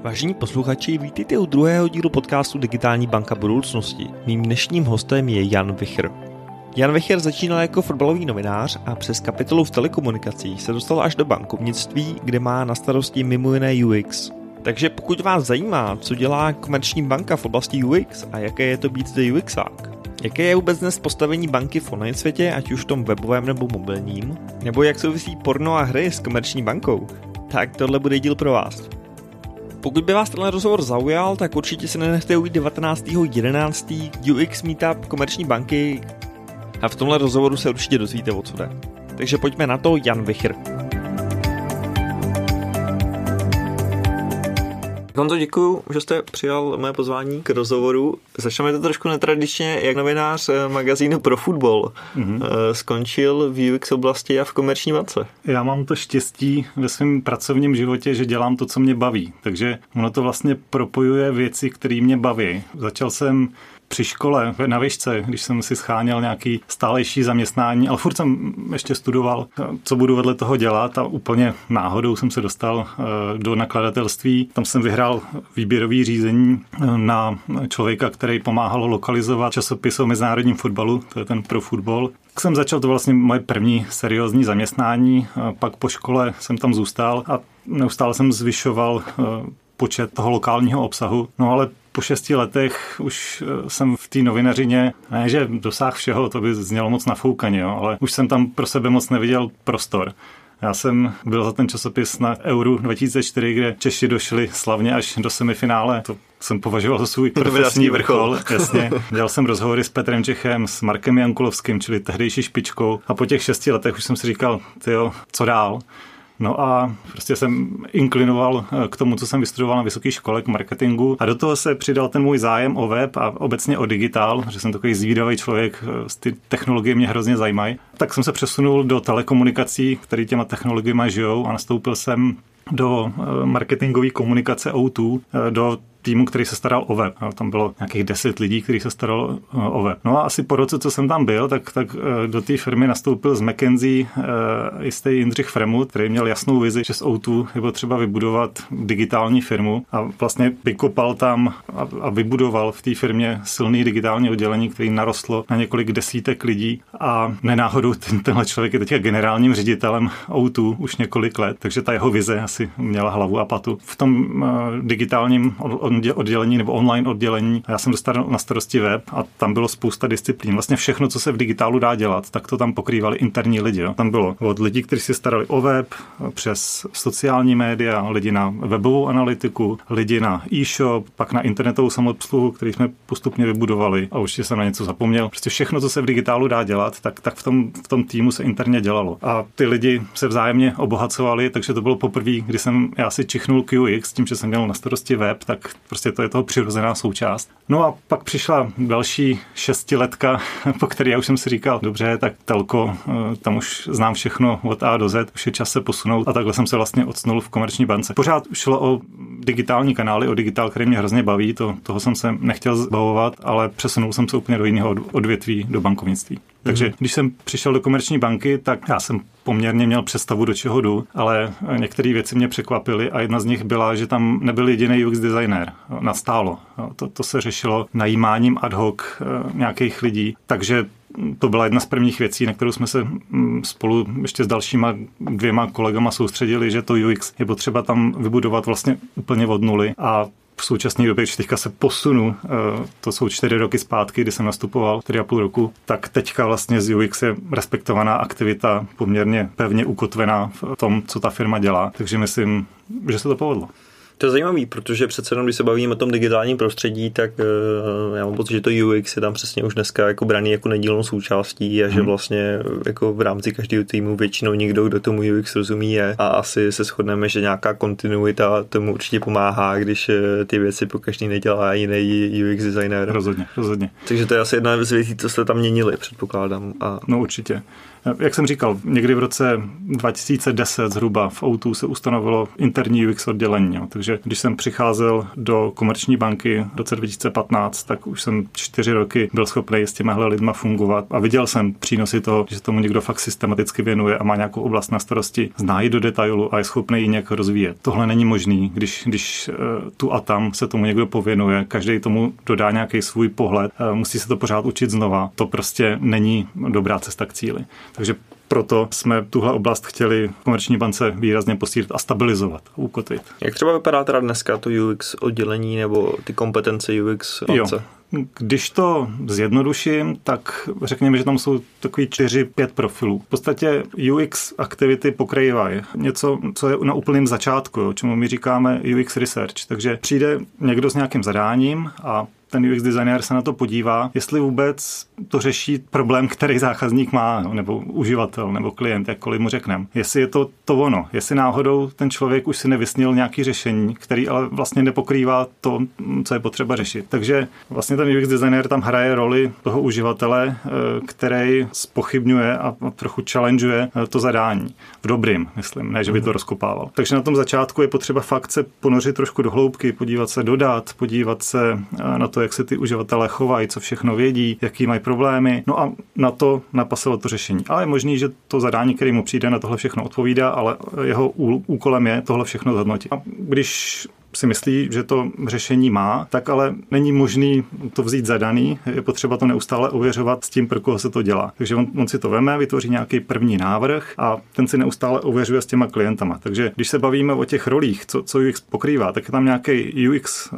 Vážení posluchači, vítejte u druhého dílu podcastu Digitální banka budoucnosti. Mým dnešním hostem je Jan Vichr. Jan Vichr začínal jako fotbalový novinář a přes kapitolu v telekomunikacích se dostal až do bankovnictví, kde má na starosti mimo jiné UX. Takže pokud vás zajímá, co dělá komerční banka v oblasti UX a jaké je to být zde UXák, jaké je vůbec dnes postavení banky v online světě, ať už v tom webovém nebo mobilním, nebo jak souvisí porno a hry s komerční bankou, tak tohle bude díl pro vás. Pokud by vás tenhle rozhovor zaujal, tak určitě se nenechte ujít 19.11. UX Meetup komerční banky a v tomhle rozhovoru se určitě dozvíte, o co jde. Takže pojďme na to, Jan Vichr. Honzo, děkuju, že jste přijal moje pozvání k rozhovoru. Začneme to trošku netradičně, jak novinář magazínu Pro Football skončil v UX oblasti a v komerční bance. Já mám to štěstí ve svém pracovním životě, že dělám to, co mě baví. Takže ono to vlastně propojuje věci, které mě baví. Začal jsem při škole na výšce, když jsem si scháněl nějaký stálejší zaměstnání, ale furt jsem ještě studoval, co budu vedle toho dělat a úplně náhodou jsem se dostal do nakladatelství. Tam jsem vyhrál výběrový řízení na člověka, který pomáhal lokalizovat časopis o mezinárodním fotbalu, to je ten Pro Football. Tak jsem začal, to vlastně moje první seriózní zaměstnání, pak po škole jsem tam zůstal a neustále jsem zvyšoval počet toho lokálního obsahu. No ale po 6 letech už jsem v té novinařině, ne, že dosáhl všeho, to by znělo moc nafoukaně, jo, ale už jsem tam pro sebe moc neviděl prostor. Já jsem byl za ten časopis na Euru 2004, kde Češi došli slavně až do semifinále. To jsem považoval za svůj profesní vrchol. Jasně. Dělal jsem rozhovory s Petrem Čechem, s Markem Jankulovským, čili tehdejší špičkou. A po těch 6 letech už jsem si říkal, tyjo, co dál? No a prostě jsem inklinoval k tomu, co jsem vystudoval na vysoké škole, k marketingu. A do toho se přidal ten můj zájem o web a obecně o digitál, že jsem takový zvídavý člověk, ty technologie mě hrozně zajímají. Tak jsem se přesunul do telekomunikací, které těma technologiemi žijou, a nastoupil jsem do marketingové komunikace O2, do týmu, který se staral o web. Tam bylo nějakých 10 lidí, kteří se staralo o web. No a asi po roce, co jsem tam byl, tak do té firmy nastoupil z McKinsey jistý Jindřich Fremut, který měl jasnou vizi, že z O2 je potřeba vybudovat digitální firmu a vlastně vykopal tam a vybudoval v té firmě silný digitální oddělení, který narostlo na několik desítek lidí a nenáhodou tenhle člověk je teďka generálním ředitelem O2 už několik let, takže ta jeho vize asi měla hlavu a patu. V tom digitálním oddělení nebo online oddělení. Já jsem dostal na starosti web a tam bylo spousta disciplín. Vlastně všechno, co se v digitálu dá dělat, tak to tam pokrývali interní lidi. Jo. Tam bylo od lidí, kteří si starali o web, přes sociální média, lidi na webovou analytiku, lidi na e-shop, pak na internetovou samoobsluhu, který jsme postupně vybudovali a určitě jsem na něco zapomněl. Prostě všechno, co se v digitálu dá dělat, tak v tom týmu se interně dělalo. A ty lidi se vzájemně obohacovali, takže to bylo poprvé, kdy jsem já si čichnul k UX, tím, že jsem měl na starosti web, tak prostě to je toho přirozená součást. No a pak přišla další 6letka, po které já už jsem si říkal, dobře, tak telko, tam už znám všechno od A do Z, už je čas se posunout a takhle jsem se vlastně odsnul v komerční bance. Pořád šlo o digitální kanály, o digitál, který mě hrozně baví, toho jsem se nechtěl zbavovat, ale přesunul jsem se úplně do jiného odvětví, do bankovnictví. Takže když jsem přišel do komerční banky, tak já jsem poměrně měl představu, do čeho jdu, ale některé věci mě překvapily a jedna z nich byla, že tam nebyl jediný UX designer nastálo. To se řešilo najímáním ad hoc nějakých lidí, takže to byla jedna z prvních věcí, na kterou jsme se spolu ještě s dalšíma 2 kolegama soustředili, že to UX je potřeba tam vybudovat vlastně úplně od nuly a v současné době, když teďka se posunu, to jsou 4 roky zpátky, kdy jsem nastupoval, 4,5 roku, tak teďka vlastně z UX je respektovaná aktivita poměrně pevně ukotvená v tom, co ta firma dělá. Takže myslím, že se to povedlo. To je zajímavý, protože přece jenom, když se bavíme o tom digitálním prostředí, tak já mám pocit, že to UX je tam přesně už dneska jako braný jako nedílnou součástí a že vlastně jako v rámci každého týmu většinou někdo, kdo tomu UX rozumí je a asi se shodneme, že nějaká kontinuita tomu určitě pomáhá, když ty věci po každý nedělá jiný UX designer. Rozhodně. Takže to je asi jedna z věcí, co jste tam měnili, předpokládám. No určitě. Jak jsem říkal, někdy v roce 2010 zhruba v O2 se ustanovilo interní UX oddělení, jo, takže Takže když jsem přicházel do Komerční banky v roce 2015, tak už jsem 4 roky byl schopný s těmihle lidma fungovat a viděl jsem přínosy toho, že tomu někdo fakt systematicky věnuje a má nějakou oblast na starosti, zná ji do detailu a je schopný ji nějak rozvíjet. Tohle není možný, když tu a tam se tomu někdo pověnuje, každý tomu dodá nějaký svůj pohled, musí se to pořád učit znova. To prostě není dobrá cesta k cíli. Takže proto jsme tuhle oblast chtěli v Komerční bance výrazně posílit a stabilizovat, ukotvit. Jak třeba vypadá teda dneska to UX oddělení nebo ty kompetence UX bance? Když to zjednoduším, tak řekněme, že tam jsou takový 4-5 profilů. V podstatě UX aktivity pokrývají něco, co je na úplném začátku, čemu my říkáme UX research. Takže přijde někdo s nějakým zadáním a ten UX designer se na to podívá, jestli vůbec to řeší problém, který zákazník má, nebo uživatel, nebo klient, jakkoliv mu řekneme. Jestli je to ono, jestli náhodou ten člověk už si nevysnil nějaké řešení, který ale vlastně nepokrývá to, co je potřeba řešit. Takže vlastně ten UX designer tam hraje roli toho uživatele, který zpochybňuje a trochu challengeuje to zadání. V dobrým, myslím, ne, že by to rozkopával. Takže na tom začátku je potřeba fakt se ponořit trošku do hloubky, podívat se do dat, podívat se na to, jak se ty uživatelé chovají, co všechno vědí, jaký mají problémy, no a na to napasovat to řešení. Ale je možný, že to zadání, který mu přijde, na tohle všechno odpovídá, ale jeho úkolem je tohle všechno zhodnotit. A když si myslí, že to řešení má, tak ale není možný to vzít zadaný, je potřeba to neustále ověřovat s tím, pro koho se to dělá. Takže on si to veme, vytvoří nějaký první návrh a ten si neustále ověřuje s těma klientama. Takže když se bavíme o těch rolích, co UX pokrývá, tak je tam nějaký UX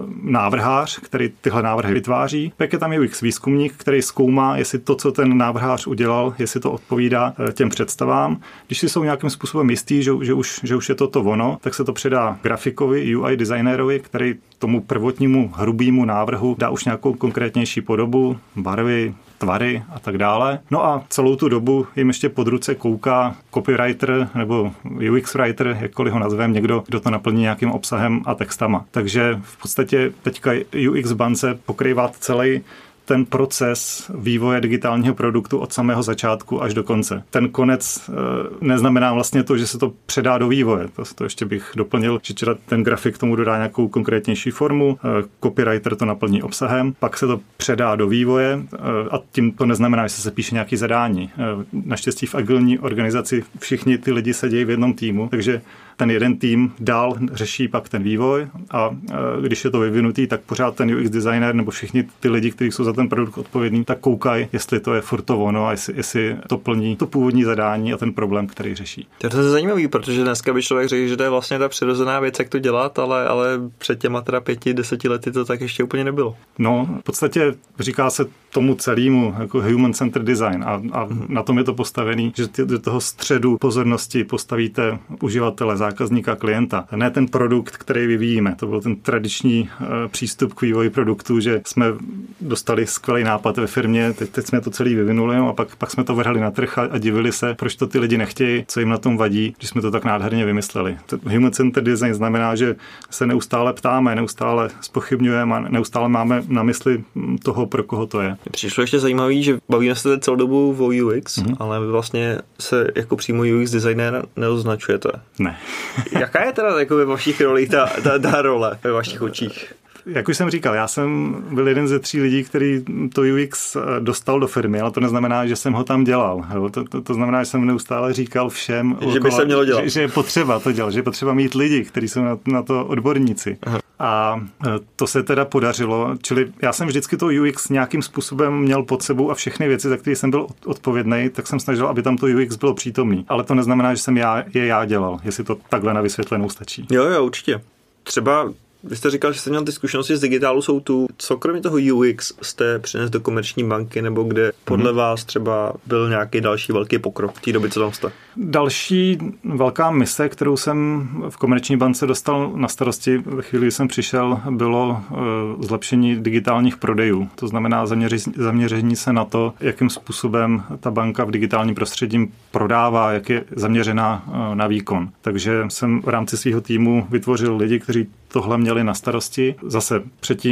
návrhář, který tyhle návrhy vytváří, pak je tam UX výzkumník, který zkoumá, jestli to, co ten návrhář udělal, jestli to odpovídá těm představám. Když si jsou nějakým způsobem jistý, že už je to ono, tak se to předá grafikovi, UI designérovi, který tomu prvotnímu hrubému návrhu dá už nějakou konkrétnější podobu, barvy, tvary a tak dále. No a celou tu dobu jim ještě pod ruce kouká copywriter nebo UX writer, jakkoliv ho nazveme, někdo, kdo to naplní nějakým obsahem a textama. Takže v podstatě teďka UX bance pokrývá celý ten proces vývoje digitálního produktu od samého začátku až do konce. Ten konec neznamená vlastně to, že se to předá do vývoje. To ještě bych doplnil, že ten grafik tomu dodá nějakou konkrétnější formu, copywriter to naplní obsahem, pak se to předá do vývoje a tím to neznamená, že se píše nějaký zadání. Naštěstí v agilní organizaci všichni ty lidi sedějí v jednom týmu, takže ten jeden tým dál řeší pak ten vývoj a když je to vyvinutý, tak pořád ten UX designer nebo všichni ty lidi, kteří jsou za ten produkt odpovědní, tak koukají, jestli to je furt to ono a jestli to plní to původní zadání a ten problém, který řeší. To je zajímavý, protože dneska by člověk řekl, že to je vlastně ta přirozená věc, jak to dělat, ale před těma teda 5-10 lety to tak ještě úplně nebylo. No, v podstatě říká se tomu celému jako human-centered design a na tom je to postavený, že do toho středu pozornosti postavíte uživatele, zákazníka, klienta. Ne ten produkt, který vyvíjíme. To byl ten tradiční přístup k vývoji produktu, že jsme dostali skvělý nápad ve firmě, teď jsme to celý vyvinuli a pak jsme to vrhali na trh a divili se, proč to ty lidi nechtějí, co jim na tom vadí, když jsme to tak nádherně vymysleli. Human-centered design znamená, že se neustále ptáme, neustále zpochybňujeme a neustále máme na mysli toho, pro koho to je. Přišlo ještě zajímavý, že bavíme se celou dobu o UX, ale vy vlastně se jako přímo UX designer neoznačujete. Ne. Jaká je teda jako ve vašich rolích ta role ve vašich očích? Jak už jsem říkal, já jsem byl jeden ze 3 lidí, který to UX dostal do firmy, ale to neznamená, že jsem ho tam dělal. To znamená, že jsem neustále říkal všem, že by se mělo dělat. je potřeba to dělat, že je potřeba mít lidi, kteří jsou na to odborníci. Aha. A to se teda podařilo, čili já jsem vždycky to UX nějakým způsobem měl pod sebou a všechny věci, za které jsem byl odpovědný, tak jsem snažil, aby tam to UX bylo přítomný. Ale to neznamená, že jsem já dělal, jestli to takhle na vysvětlenou stačí. Jo, určitě. Třeba vy jste říkal, že jste měl ty zkušenosti z digitálu, jsou tu. Co kromě toho UX jste přines do Komerční banky, nebo kde podle vás třeba byl nějaký další velký pokrok v té doby, co tam jste? Další velká mise, kterou jsem v Komerční bance dostal na starosti ve chvíli, kdy jsem přišel, bylo zlepšení digitálních prodejů. To znamená zaměření se na to, jakým způsobem ta banka v digitálním prostředí prodává, jak je zaměřená na výkon. Takže jsem v rámci svého týmu vytvořil lidi, kteří tohle měli na starosti. Zase předtím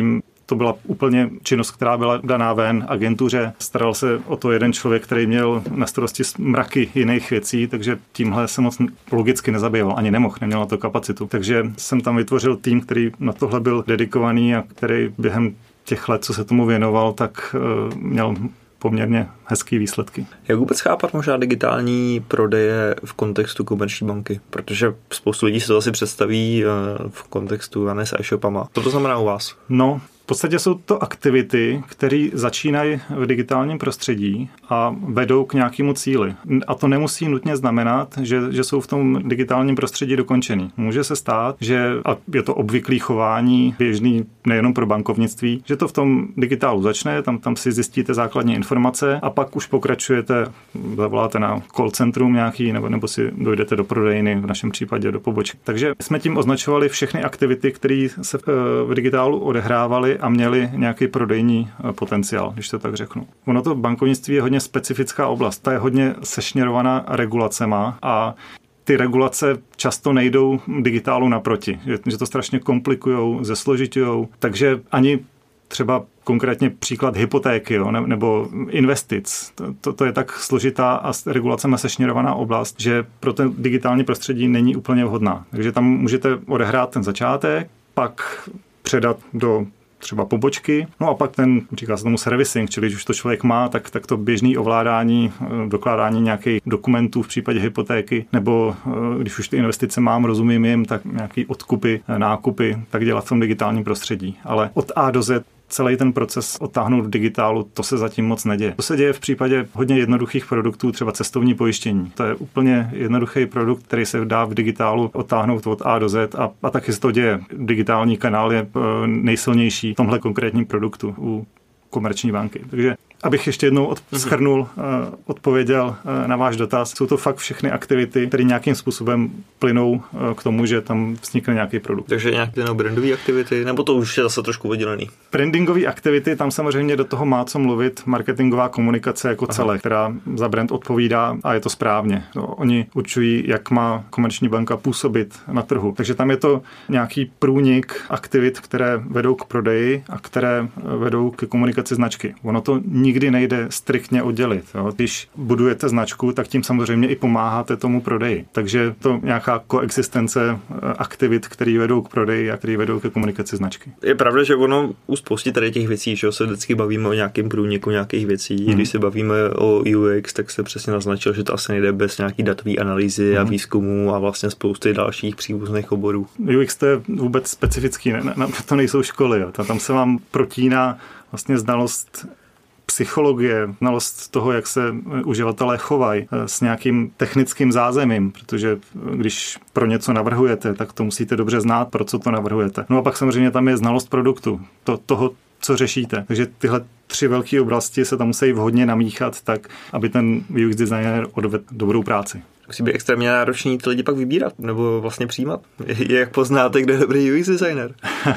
to byla úplně činnost, která byla daná ven agentuře. Staral se o to jeden člověk, který měl na starosti mraky jiných věcí, takže tímhle se moc logicky nezabýval, ani neměl na to kapacitu. Takže jsem tam vytvořil tým, který na tohle byl dedikovaný a který během těch let, co se tomu věnoval, tak měl poměrně hezký výsledky. Jak vůbec chápat možná digitální prodeje v kontextu komerční banky? Protože spoustu lidí si to asi představí v kontextu s e-shopama. Co to znamená u vás? No, v podstatě jsou to aktivity, které začínají v digitálním prostředí a vedou k nějakému cíli. A to nemusí nutně znamenat, že jsou v tom digitálním prostředí dokončený. Může se stát, že, a je to obvyklý chování, běžný nejenom pro bankovnictví, že to v tom digitálu začne, tam si zjistíte základní informace a pak už pokračujete, zavoláte na call centrum nějaký, nebo si dojdete do prodejny, v našem případě do pobočky. Takže jsme tím označovali všechny aktivity, které se v digitálu odehrávaly a měli nějaký prodejní potenciál, když to tak řeknu. Ono to bankovnictví je hodně specifická oblast. Ta je hodně sešněrovaná regulacema a ty regulace často nejdou digitálu naproti, že to strašně komplikujou, zesložitujou, takže ani třeba konkrétně příklad hypotéky, jo, nebo investic. To je tak složitá a s regulacemi sešněrovaná oblast, že pro ten digitální prostředí není úplně vhodná. Takže tam můžete odehrát ten začátek, pak předat do třeba pobočky, no a pak říká se tomu servicing, čili když už to člověk má, tak to běžné ovládání, dokládání nějakých dokumentů v případě hypotéky, nebo když už ty investice mám, rozumím jim, tak nějaký odkupy, nákupy, tak dělat v tom digitálním prostředí. Ale od A do Z celý ten proces odtáhnout v digitálu, to se zatím moc neděje. To se děje v případě hodně jednoduchých produktů, třeba cestovní pojištění. To je úplně jednoduchý produkt, který se dá v digitálu odtáhnout od A do Z a taky se to děje. Digitální kanál je nejsilnější v tomhle konkrétním produktu u komerční banky. Takže abych ještě jednou shrnul, odpověděl na váš dotaz. Jsou to fakt všechny aktivity, které nějakým způsobem plynou k tomu, že tam vznikne nějaký produkt. Takže nějaké brandové aktivity, nebo to už je zase trošku oddělený? Brandingové aktivity, tam samozřejmě do toho má co mluvit marketingová komunikace jako celé, která za brand odpovídá a je to správně. Oni určují, jak má komerční banka působit na trhu. Takže tam je to nějaký průnik aktivit, které vedou k prodeji a které vedou k komunikaci značky. Ono to nikdy nejde striktně oddělit. Jo. Když budujete značku, tak tím samozřejmě i pomáháte tomu prodeji. Takže to nějaká koexistence aktivit, které vedou k prodeji a které vedou ke komunikaci značky. Je pravda, že ono u spousty tady těch věcí, že se vždycky bavíme o nějakém průniku nějakých věcí. Když se bavíme o UX, tak se přesně naznačil, že to asi nejde bez nějaký datové analýzy a výzkumu a vlastně spousty dalších příbuzných oborů. UX to je vůbec specifický, to nejsou školy. Jo. Tam se vám protíná vlastně znalost psychologie, znalost toho, jak se uživatelé chovají s nějakým technickým zázemím, protože když pro něco navrhujete, tak to musíte dobře znát, pro co to navrhujete. No a pak samozřejmě tam je znalost produktu, toho, co řešíte. Takže tyhle 3 velké oblasti se tam musí vhodně namíchat tak, aby ten UX designer odvedl dobrou práci. Musí být extrémně náročný ty lidi pak vybírat nebo vlastně přijímat. Jak poznáte, kde je dobrý UX designer?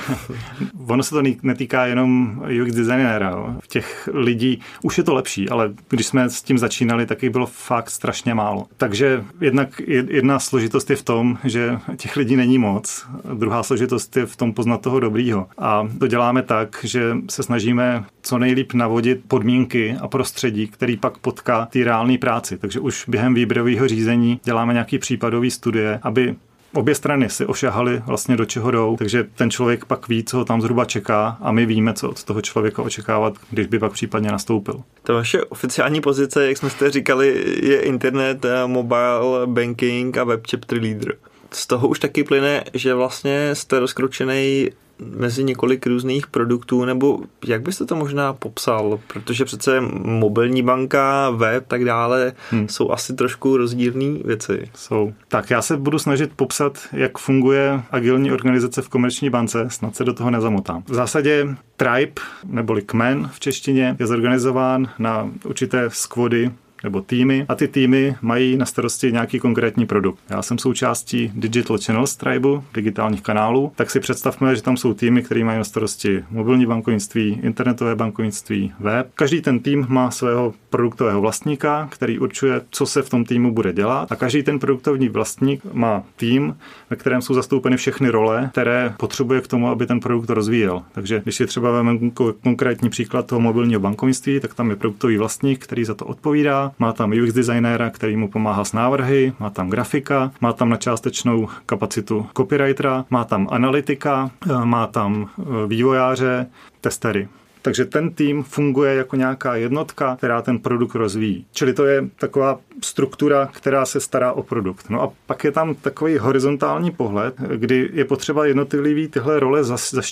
Ono se to netýká jenom UX designera. Jo. V těch lidí už je to lepší, ale když jsme s tím začínali, tak jich bylo fakt strašně málo. Takže jedna složitost je v tom, že těch lidí není moc. Druhá složitost je v tom poznat toho dobrýho. A to děláme tak, že se snažíme co nejlíp navodit podmínky a prostředí, který pak potká té reálné práci. Takže už během výběrového řízení děláme nějaký případový studie, aby obě strany si ošahali vlastně do čeho jdou, takže ten člověk pak ví, co ho tam zhruba čeká a my víme, co od toho člověka očekávat, když by pak případně nastoupil. Ta vaše oficiální pozice, jak jsme jste říkali, je internet, mobile banking a web chapter leader. Z toho už taky plyne, že vlastně jste rozkročenej mezi několik různých produktů, nebo jak byste to možná popsal? Protože přece mobilní banka, web, tak dále jsou asi trošku rozdílné věci. Jsou. Tak já se budu snažit popsat, jak funguje agilní organizace v komerční bance, snad se do toho nezamotám. V zásadě tribe, neboli kmen v češtině, je zorganizován na určité squady, nebo týmy a ty týmy mají na starosti nějaký konkrétní produkt. Já jsem součástí Digital Channels tribu, digitálních kanálů, tak si představme, že tam jsou týmy, které mají na starosti mobilní bankovnictví, internetové bankovnictví, web. Každý ten tým má svého produktového vlastníka, který určuje, co se v tom týmu bude dělat a každý ten produktovní vlastník má tým, ve kterém jsou zastoupeny všechny role, které potřebuje k tomu, aby ten produkt rozvíjel. Takže když je třeba vezmeme konkrétní příklad toho mobilního bankovnictví, tak tam je produktový vlastník, který za to odpovídá, má tam UX designéra, který mu pomáhá s návrhy, má tam grafika, má tam na částečnou kapacitu copywritera, má tam analytika, má tam vývojáře, testery. Takže ten tým funguje jako nějaká jednotka, která ten produkt rozvíjí. Čili to je taková struktura, která se stará o produkt. No a pak je tam takový horizontální pohled, kdy je potřeba jednotlivý tyhle role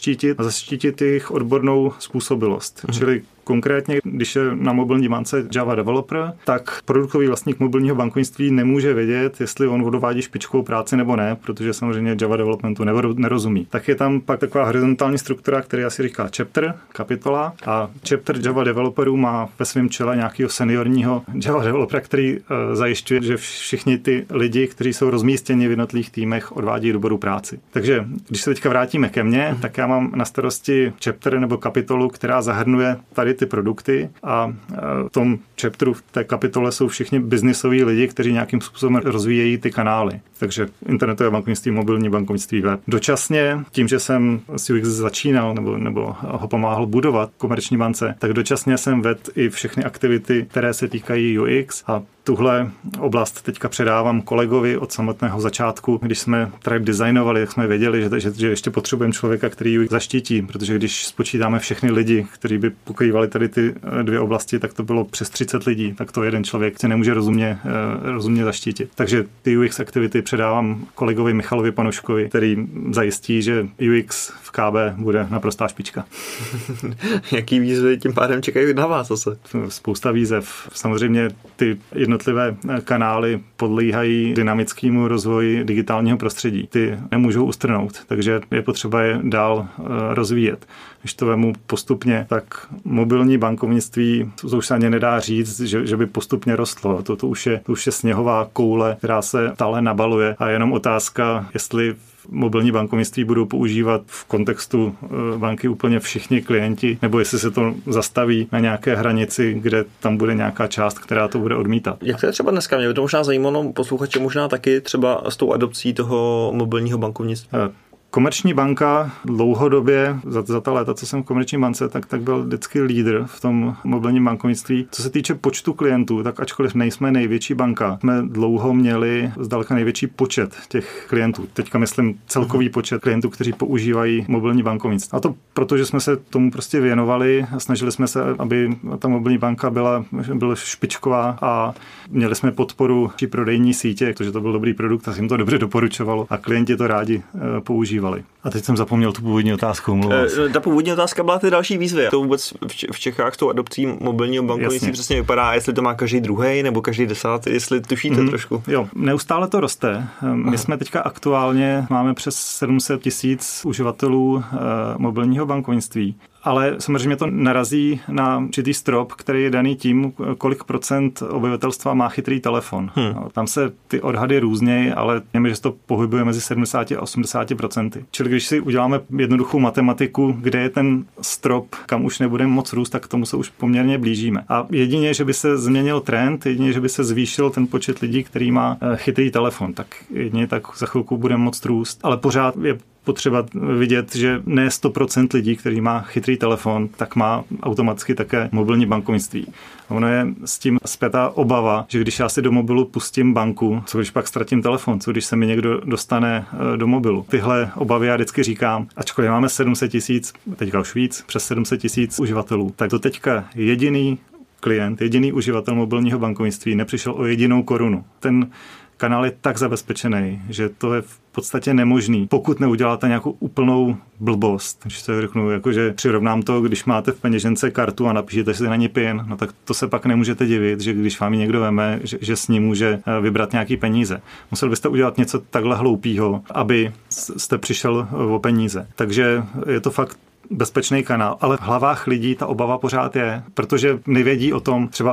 zaštítit jejich odbornou způsobilost. Čili konkrétně, když je na mobilní bance Java developer, tak produktový vlastník mobilního bankovnictví nemůže vědět, jestli on odvádí špičkovou práci nebo ne, protože samozřejmě Java developmentu nerozumí. Tak je tam pak taková horizontální struktura, která si říká chapter, kapitola, a chapter Java developerů má ve svém čele nějakého seniorního Java developera, který zajišťuje, že všichni ty lidi, kteří jsou rozmístěni v jednotlivých týmech, odvádí dobrou práci. Takže když se teďka vrátíme ke mně, tak já mám na starosti chapter nebo kapitolu, která zahrnuje tady ty produkty a v tom chapteru, v té kapitole jsou všichni biznisoví lidi, kteří nějakým způsobem rozvíjejí ty kanály. Takže internetové bankovnictví, mobilní bankovnictví, web. Dočasně, tím, že jsem s UX začínal nebo ho pomáhal budovat v Komerční bance, tak dočasně jsem vedl i všechny aktivity, které se týkají UX a tuhle oblast teďka předávám kolegovi od samotného začátku. Když jsme Tribe designovali, tak jsme věděli, že ještě potřebujeme člověka, který UX zaštítí, protože když spočítáme všechny lidi, kteří by pokrývali tady ty dvě oblasti, tak to bylo přes 30 lidí, tak to jeden člověk se nemůže rozumně zaštítit. Takže ty UX aktivity předávám kolegovi Michalovi Panuškovi, který zajistí, že UX v KB bude naprostá špička. Jaký výzvy tím pádem čekají na vás zase? Spousta výzev. Samozřejmě ty jednotlivé kanály podléhají dynamickému rozvoji digitálního prostředí. Ty nemůžou ustrnout, takže je potřeba je dál rozvíjet. Když to vemu postupně, tak mobilní bankovnictví, to už se ani nedá říct, že by postupně rostlo. To už je sněhová koule, která se stále nabaluje a je jenom otázka, jestli mobilní bankovnictví budou používat v kontextu banky úplně všichni klienti, nebo jestli se to zastaví na nějaké hranici, kde tam bude nějaká část, která to bude odmítat. Jak to je třeba dneska? Mě by to možná zajímalo, posluchače možná taky třeba s tou adopcí toho mobilního bankovnictví. Komerční banka dlouhodobě, za ta léta, co jsem v Komerční bance, tak byl vždycky lídr v tom mobilním bankovnictví. Co se týče počtu klientů, tak ačkoliv nejsme největší banka, jsme dlouho měli zdaleka největší počet těch klientů. Teďka myslím celkový počet klientů, kteří používají mobilní bankovnictví. A to proto, že jsme se tomu prostě věnovali a snažili jsme se, aby ta mobilní banka byla špičková a měli jsme podporu při prodejní sítě, protože to byl dobrý produkt a se jim to dobře doporučovalo a klienti to rádi používali. A teď jsem zapomněl tu původní otázku. Ta původní otázka byla ty další výzvy. To vůbec v Čechách s tou adopcí mobilního bankovnictví přesně vypadá, jestli to má každý druhý nebo každý desátý, jestli tušíte trošku. Jo, neustále to roste. My jsme teďka aktuálně máme přes 700 000 uživatelů mobilního bankovnictví. Ale samozřejmě to narazí na určitý strop, který je daný tím, kolik procent obyvatelstva má chytrý telefon. Tam se ty odhady různějí, ale víme, že se to pohybuje mezi 70 a 80%. Čili když si uděláme jednoduchou matematiku, kde je ten strop, kam už nebudeme moc růst, tak k tomu se už poměrně blížíme. A jedině, že by se změnil trend, jedině, že by se zvýšil ten počet lidí, který má chytrý telefon, tak jedině tak za chvilku budeme moc růst. Ale pořád je potřeba vidět, že ne 100% lidí, který má chytrý telefon, tak má automaticky také mobilní bankovnictví. Ono je s tím zpětá obava, že když já si do mobilu pustím banku, co když pak ztratím telefon, co když se mi někdo dostane do mobilu. Tyhle obavy já vždycky říkám, ačkoliv máme 700 000, teďka už víc, přes 700 000 uživatelů, tak to teďka jediný klient, jediný uživatel mobilního bankovnictví nepřišel o jedinou korunu. Ten kanál je tak zabezpečený, že to je v podstatě nemožný, pokud neuděláte nějakou úplnou blbost. Když to řeknu, jakože přirovnám to, když máte v peněžence kartu a napíšete si na ní PIN, no tak to se pak nemůžete divit, že když vám ji někdo veme, že s ní může vybrat nějaký peníze. Musel byste udělat něco takhle hloupýho, aby jste přišel o peníze. Takže je to fakt bezpečný kanál, ale v hlavách lidí ta obava pořád je, protože nevědí o tom, třeba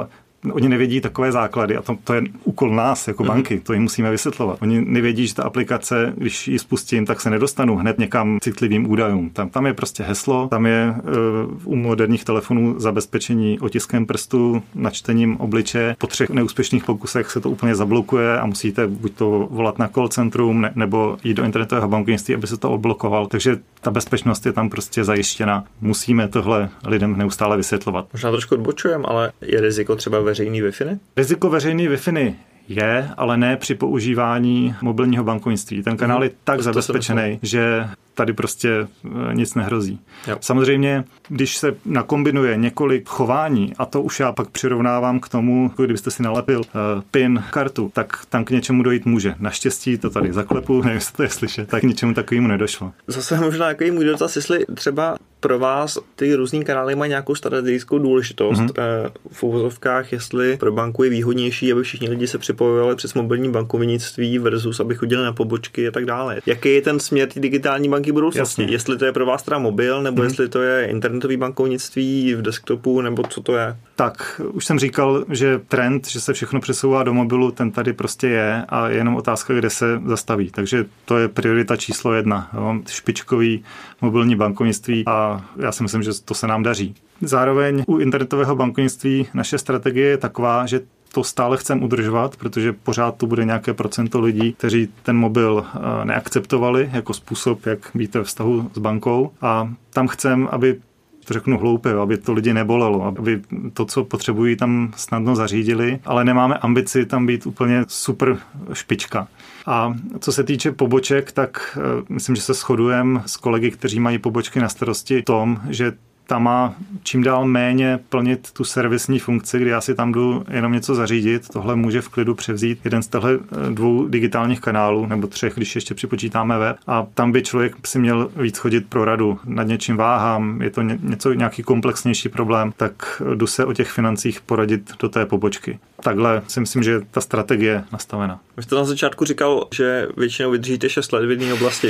oni nevědí takové základy a to je úkol nás jako banky, to jim musíme vysvětlovat. Oni nevědí, že ta aplikace, když ji spustím, tak se nedostanu hned někam citlivým údajům. Tam je prostě heslo, tam je u moderních telefonů zabezpečení otiskem prstu, načtením obličeje. Po 3 neúspěšných pokusech se to úplně zablokuje a musíte buď to volat na call centrum nebo jít do internetového bankovnictví, aby se to odblokoval. Takže ta bezpečnost je tam prostě zajištěna. Musíme tohle lidem neustále vysvětlovat. Možná trošku odbočujeme, ale je riziko třeba veřejný Wi-Fi? Riziko veřejný Wi-Fi je, ale ne při používání mobilního bankovnictví. Ten kanál je tak zabezpečený, že tady prostě nic nehrozí. Jo. Samozřejmě, když se nakombinuje několik chování, a to už já pak přirovnávám k tomu, kdybyste si nalepil PIN kartu, tak tam k něčemu dojít může. Naštěstí to tady zaklepu, nevím, jestli to je slyšet, tak ničemu takovému nedošlo. Zase možná takový můj dotaz, jestli třeba pro vás ty různý kanály mají nějakou strategickou důležitost v uvozovkách, jestli pro banku je výhodnější, aby všichni lidi se připojovali přes mobilní bankovnictví versus aby chodili na pobočky a tak dále. Jaký je ten směr digitální banky budoucnosti? Jasně. Jestli to je pro vás teda mobil, nebo jestli to je internetový bankovnictví v desktopu, nebo co to je? Tak, už jsem říkal, že trend, že se všechno přesouvá do mobilu, ten tady prostě je a je jenom otázka, kde se zastaví. Takže to je priorita číslo 1. Jo? Špičkový mobilní bankovnictví a já si myslím, že to se nám daří. Zároveň u internetového bankovnictví naše strategie je taková, že to stále chcem udržovat, protože pořád tu bude nějaké procento lidí, kteří ten mobil neakceptovali jako způsob, jak být ve vztahu s bankou. A tam chcem, aby to řeknu hloupě, aby to lidi nebolelo, aby to, co potřebují, tam snadno zařídili, ale nemáme ambici tam být úplně super špička. A co se týče poboček, tak myslím, že se shodujeme s kolegy, kteří mají pobočky na starosti v tom, že ta má čím dál méně plnit tu servisní funkci, kdy já si tam jdu jenom něco zařídit. Tohle může v klidu převzít jeden z těchto 2 digitálních kanálů, nebo 3, když ještě připočítáme web. A tam by člověk si měl víc chodit pro radu. Nad něčím váhám, je to nějaký komplexnější problém, tak jdu se o těch financích poradit do té pobočky. Takhle si myslím, že ta strategie je nastavena. Vy jste na začátku říkal, že většinou vydržíte 6 let v jedné oblasti.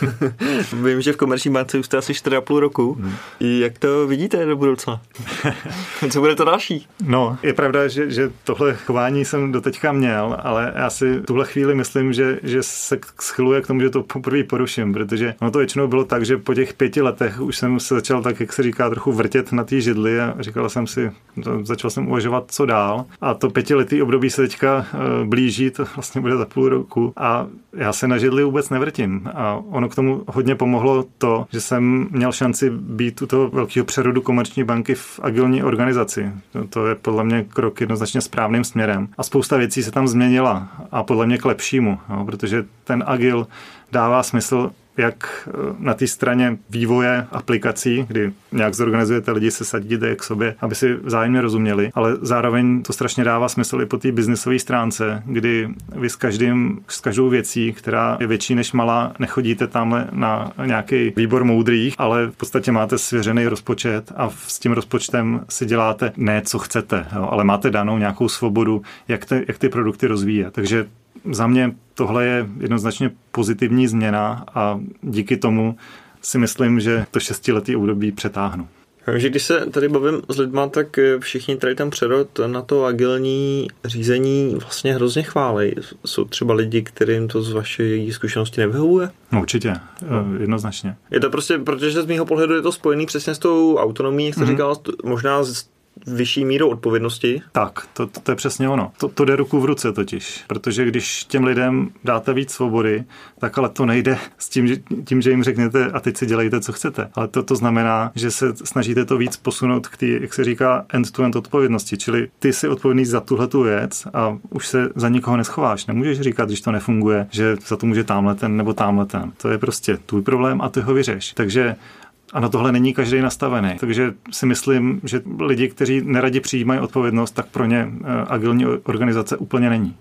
Vím, že v Komerční bance už jste asi 4,5 roku. Jak to vidíte do budoucna? Co bude to další? No, je pravda, že tohle chování jsem doteďka měl, ale já si tuhle chvíli myslím, že se schyluje k tomu, že to poprvé poruším, protože ono to většinou bylo tak, že po těch 5 letech už jsem se začal tak, jak se říká, trochu vrtět na té židli a začal jsem uvažovat, co dál. A to 5letý období se teďka blíží, to vlastně bude za půl roku a já se na židli vůbec nevrtím. A ono k tomu hodně pomohlo to, že jsem měl šanci být u toho velkého přerodu Komerční banky v agilní organizaci. To je podle mě krok jednoznačně správným směrem. A spousta věcí se tam změnila a podle mě k lepšímu, jo, protože ten agil dává smysl jak na té straně vývoje aplikací, kdy nějak zorganizujete lidi, se sadíte k sobě, aby si vzájemně rozuměli, ale zároveň to strašně dává smysl i po té biznisové stránce, kdy vy s každou věcí, která je větší než malá, nechodíte tamhle na nějaký výbor moudrých, ale v podstatě máte svěřený rozpočet a s tím rozpočtem si děláte ne, co chcete, jo, ale máte danou nějakou svobodu, jak ty produkty rozvíjet. Takže za mě tohle je jednoznačně pozitivní změna a díky tomu si myslím, že to 6letý období přetáhnu. Že když se tady bavím s lidma, tak všichni tady ten přerod na to agilní řízení vlastně hrozně chválí. Jsou třeba lidi, kterým to z vaší zkušenosti nevyhovuje? No, určitě, jednoznačně. Je to prostě, protože z mýho pohledu je to spojený přesně s tou autonomií, jak jste říkal, možná s vyšší mírou odpovědnosti. Tak, to je přesně ono. To jde ruku v ruce totiž, protože když těm lidem dáte víc svobody, tak ale to nejde s tím, že jim řeknete a teď si dělejte, co chcete. Ale to znamená, že se snažíte to víc posunout k té, jak se říká, end-to-end odpovědnosti, čili ty jsi odpovědný za tuhletu věc a už se za nikoho neschováš. Nemůžeš říkat, když to nefunguje, že za to může támhle ten nebo támhle ten. To je prostě tvůj problém a ty ho vyřeš. Takže a na tohle není každý nastavený. Takže si myslím, že lidi, kteří neradi přijímají odpovědnost, tak pro ně agilní organizace úplně není.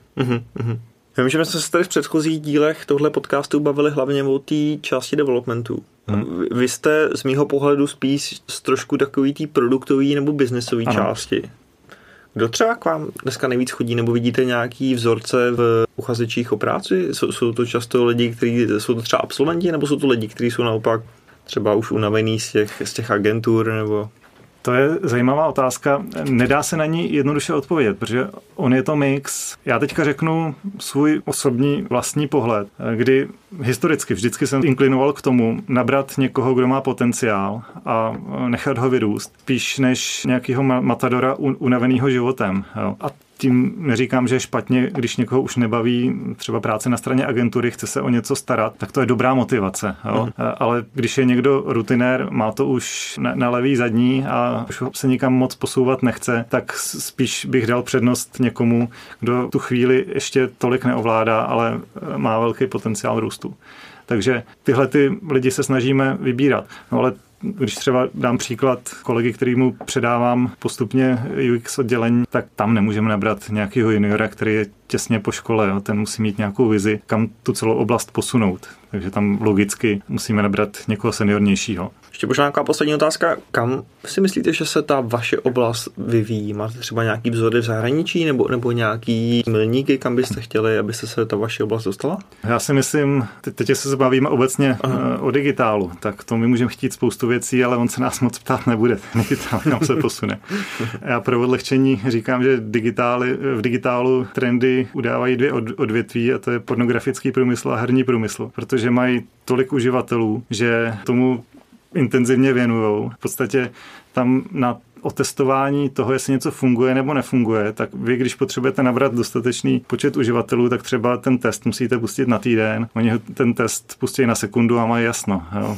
Vím, že jsme se tady v předchozích dílech tohle podcastu bavili hlavně o té části developmentu. Vy jste z mýho pohledu spíš z trošku takový té produktový nebo biznesové části. Kdo třeba k vám dneska nejvíc chodí, nebo vidíte nějaký vzorce v uchazečích o práci? Jsou to často lidi, kteří jsou to třeba absolventi, nebo jsou to lidi, kteří jsou naopak třeba už unavený z těch agentur, nebo... To je zajímavá otázka. Nedá se na ní jednoduše odpovědět, protože on je to mix. Já teďka řeknu svůj osobní vlastní pohled, kdy historicky vždycky jsem inklinoval k tomu nabrat někoho, kdo má potenciál a nechat ho vyrůst, spíš než nějakého matadora unaveného životem. Jo. A tím neříkám, že je špatně, když někoho už nebaví třeba práce na straně agentury, chce se o něco starat, tak to je dobrá motivace. Jo? Ale když je někdo rutinér, má to už na levý zadní a už se nikam moc posouvat nechce, tak spíš bych dal přednost někomu, kdo tu chvíli ještě tolik neovládá, ale má velký potenciál růstu. Takže tyhle ty lidi se snažíme vybírat. No ale když třeba dám příklad kolegy, kterýmu předávám postupně UX oddělení, tak tam nemůžeme nabrat nějakého juniora, který je těsně po škole. Jo. Ten musí mít nějakou vizi, kam tu celou oblast posunout. Takže tam logicky musíme nabrat někoho seniornějšího. Ještě možná nějaká poslední otázka. Kam si myslíte, že se ta vaše oblast vyvíjí? Máte třeba nějaký vzory v zahraničí nebo nějaký milníky, kam byste chtěli, abyste se ta vaše oblast dostala? Já si myslím, teď se bavíme obecně o digitálu, tak to my můžeme chtít spoustu věcí, ale on se nás moc ptát nebude. Digitál kam se posune. Já pro odlehčení říkám, že v digitálu trendy udávají dvě odvětví a to je pornografický průmysl a herní průmysl, protože mají tolik uživatelů, že tomu intenzivně věnujou. V podstatě tam na otestování toho, jestli něco funguje nebo nefunguje, tak vy, když potřebujete nabrat dostatečný počet uživatelů, tak třeba ten test musíte pustit na týden. Oni ten test pustí na sekundu a mají jasno. Jo?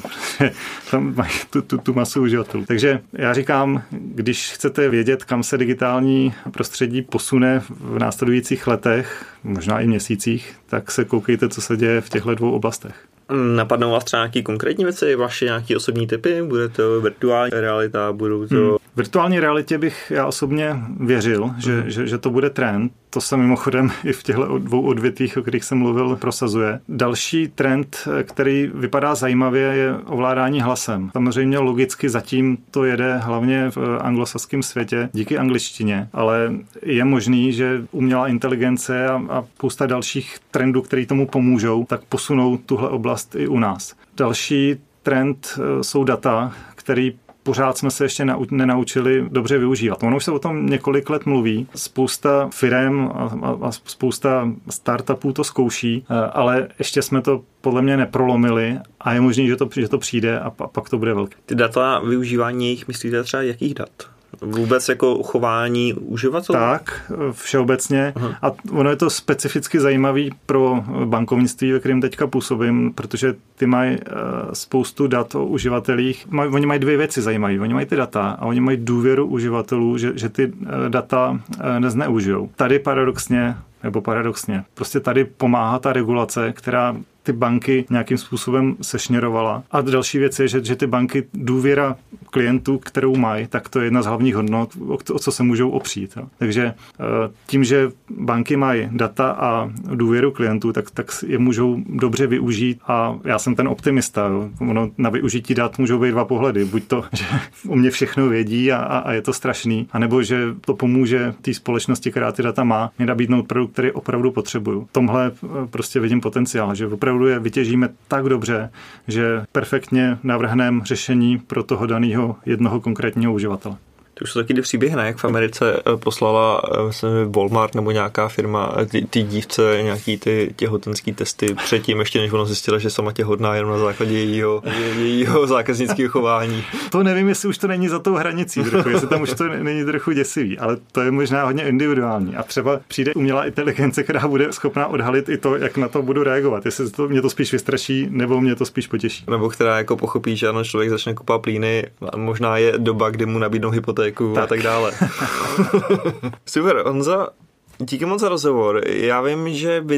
Tam mají tu masu uživatelů. Takže já říkám, když chcete vědět, kam se digitální prostředí posune v následujících letech, možná i měsících, tak se koukejte, co se děje v těchto dvou oblastech. Napadnou vás třeba nějaké konkrétní věci, vaše nějaké osobní typy? Bude to virtuální realita, budou to... Virtuální realitě bych já osobně věřil, že to bude trend. To se mimochodem i v těchto dvou odvětvích, o kterých jsem mluvil, prosazuje. Další trend, který vypadá zajímavě, je ovládání hlasem. Samozřejmě logicky zatím to jede hlavně v anglosaském světě díky angličtině, ale je možný, že umělá inteligence a spousta dalších trendů, které tomu pomůžou, tak posunou tuhle oblast i u nás. Další trend jsou data, který pořád jsme se ještě nenaučili dobře využívat. Ono už se o tom několik let mluví. Spousta firem a spousta startupů to zkouší, ale ještě jsme to podle mě neprolomili a je možné, že to přijde a pak to bude velké. Ty data, využívání jejich, myslíte třeba jakých dat? Vůbec jako uchování uživatelů? Tak, všeobecně. Aha. A ono je to specificky zajímavý pro bankovnictví, ve kterém teďka působím, protože ty mají spoustu dat o uživatelích. Oni mají dvě věci zajímavé. Oni mají ty data a oni mají důvěru uživatelů, že ty data nezneužijou. Tady paradoxně, prostě tady pomáhá ta regulace, která ty banky nějakým způsobem sešněrovala. A další věc je, že ty banky důvěra klientů, kterou mají, tak to je jedna z hlavních hodnot, o co se můžou opřít. Jo. Takže tím, že banky mají data a důvěru klientů, tak je můžou dobře využít a já jsem ten optimista. Jo. Ono na využití dat můžou být dva pohledy. Buď to, že o mě všechno vědí a je to strašný, anebo že to pomůže té společnosti, která ty data má, mi nabídnout produkt, který opravdu potřebuju. V tomhle prostě vidím potenciál, že opravdu je vytěžíme tak dobře, že perfektně navrhneme řešení pro toho daného jednoho konkrétního uživatele. To už jsou taky příběhy, ne? Jak v Americe poslala Walmart nebo nějaká firma ty dívce nějaký ty těhotenský testy předtím, ještě než ono zjistila, že sama těhotná jenom na základě jejího zákaznického chování. To nevím, jestli už to není za tou hranicí trochu, jestli tam už to není trochu děsivý, ale to je možná hodně individuální. A třeba přijde umělá inteligence, která bude schopná odhalit i to, jak na to budu reagovat. Jestli mě to spíš vystraší, nebo mě to spíš potěší. Nebo která jako pochopí, že ano, člověk začne kupovat plíny a možná je doba, kdy mu nabídnou hypotéku a tak dále. Super, Honza, díky moc za rozhovor. Já vím, že vy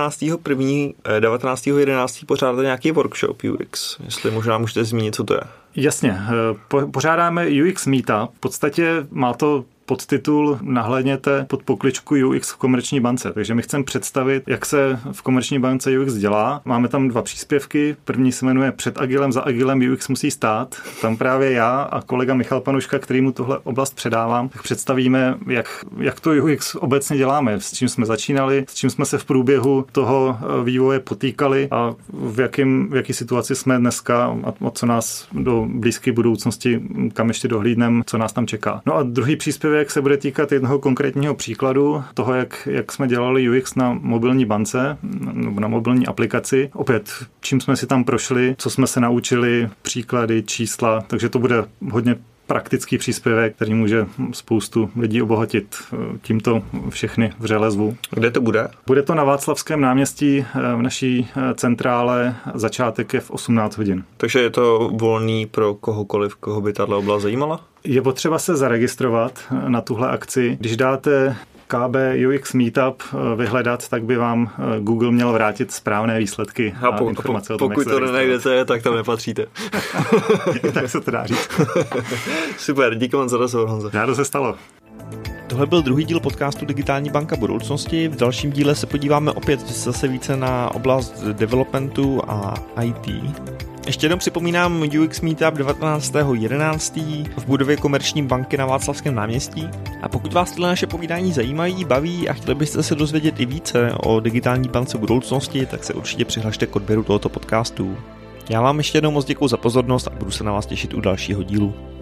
19.11. pořádáte nějaký workshop UX. Jestli možná můžete zmínit, co to je. Jasně. Pořádáme UX Meetup. V podstatě má to podtitul nahlédněte pod pokličku UX v komerční bance. Takže my chceme představit, jak se v komerční bance UX dělá. Máme tam 2 příspěvky. První se jmenuje Před agilem, za agilem UX musí stát. Tam právě já a kolega Michal Panuška, který mu tuhle oblast předávám, tak představíme, jak to UX obecně děláme, s čím jsme začínali, s čím jsme se v průběhu toho vývoje potýkali a v jaký situaci jsme dneska a co nás do blízké budoucnosti, kam ještě dohlídneme, co nás tam čeká. No a druhý příspěvek se bude týkat jednoho konkrétního příkladu toho, jak jsme dělali UX na mobilní bance nebo na mobilní aplikaci. Opět, čím jsme si tam prošli, co jsme se naučili, příklady, čísla, takže to bude hodně praktický příspěvek, který může spoustu lidí obohatit. Tímto všechny vřele zvu. Kde to bude? Bude to na Václavském náměstí v naší centrále. Začátek je v 18 hodin. Takže je to volný pro kohokoliv, koho by tato oblast zajímala? Je potřeba se zaregistrovat na tuhle akci. Když dáte KB UX Meetup vyhledat, tak by vám Google měl vrátit správné výsledky a informace o tom, pokud to nenajdete, tak tam nepatříte. Tak se to dá říct. Super, díky vám za rozhovor, Honzo. Rádo se stalo. Tohle byl druhý díl podcastu Digitální banka budoucnosti. V dalším díle se podíváme opět zase více na oblast developmentu a IT. Ještě jednou připomínám UX Meetup 19.11. v budově Komerční banky na Václavském náměstí. A pokud vás tyhle naše povídání zajímají, baví a chtěli byste se dozvědět i více o digitální bance budoucnosti, tak se určitě přihlašte k odběru tohoto podcastu. Já vám ještě jednou moc děkuju za pozornost a budu se na vás těšit u dalšího dílu.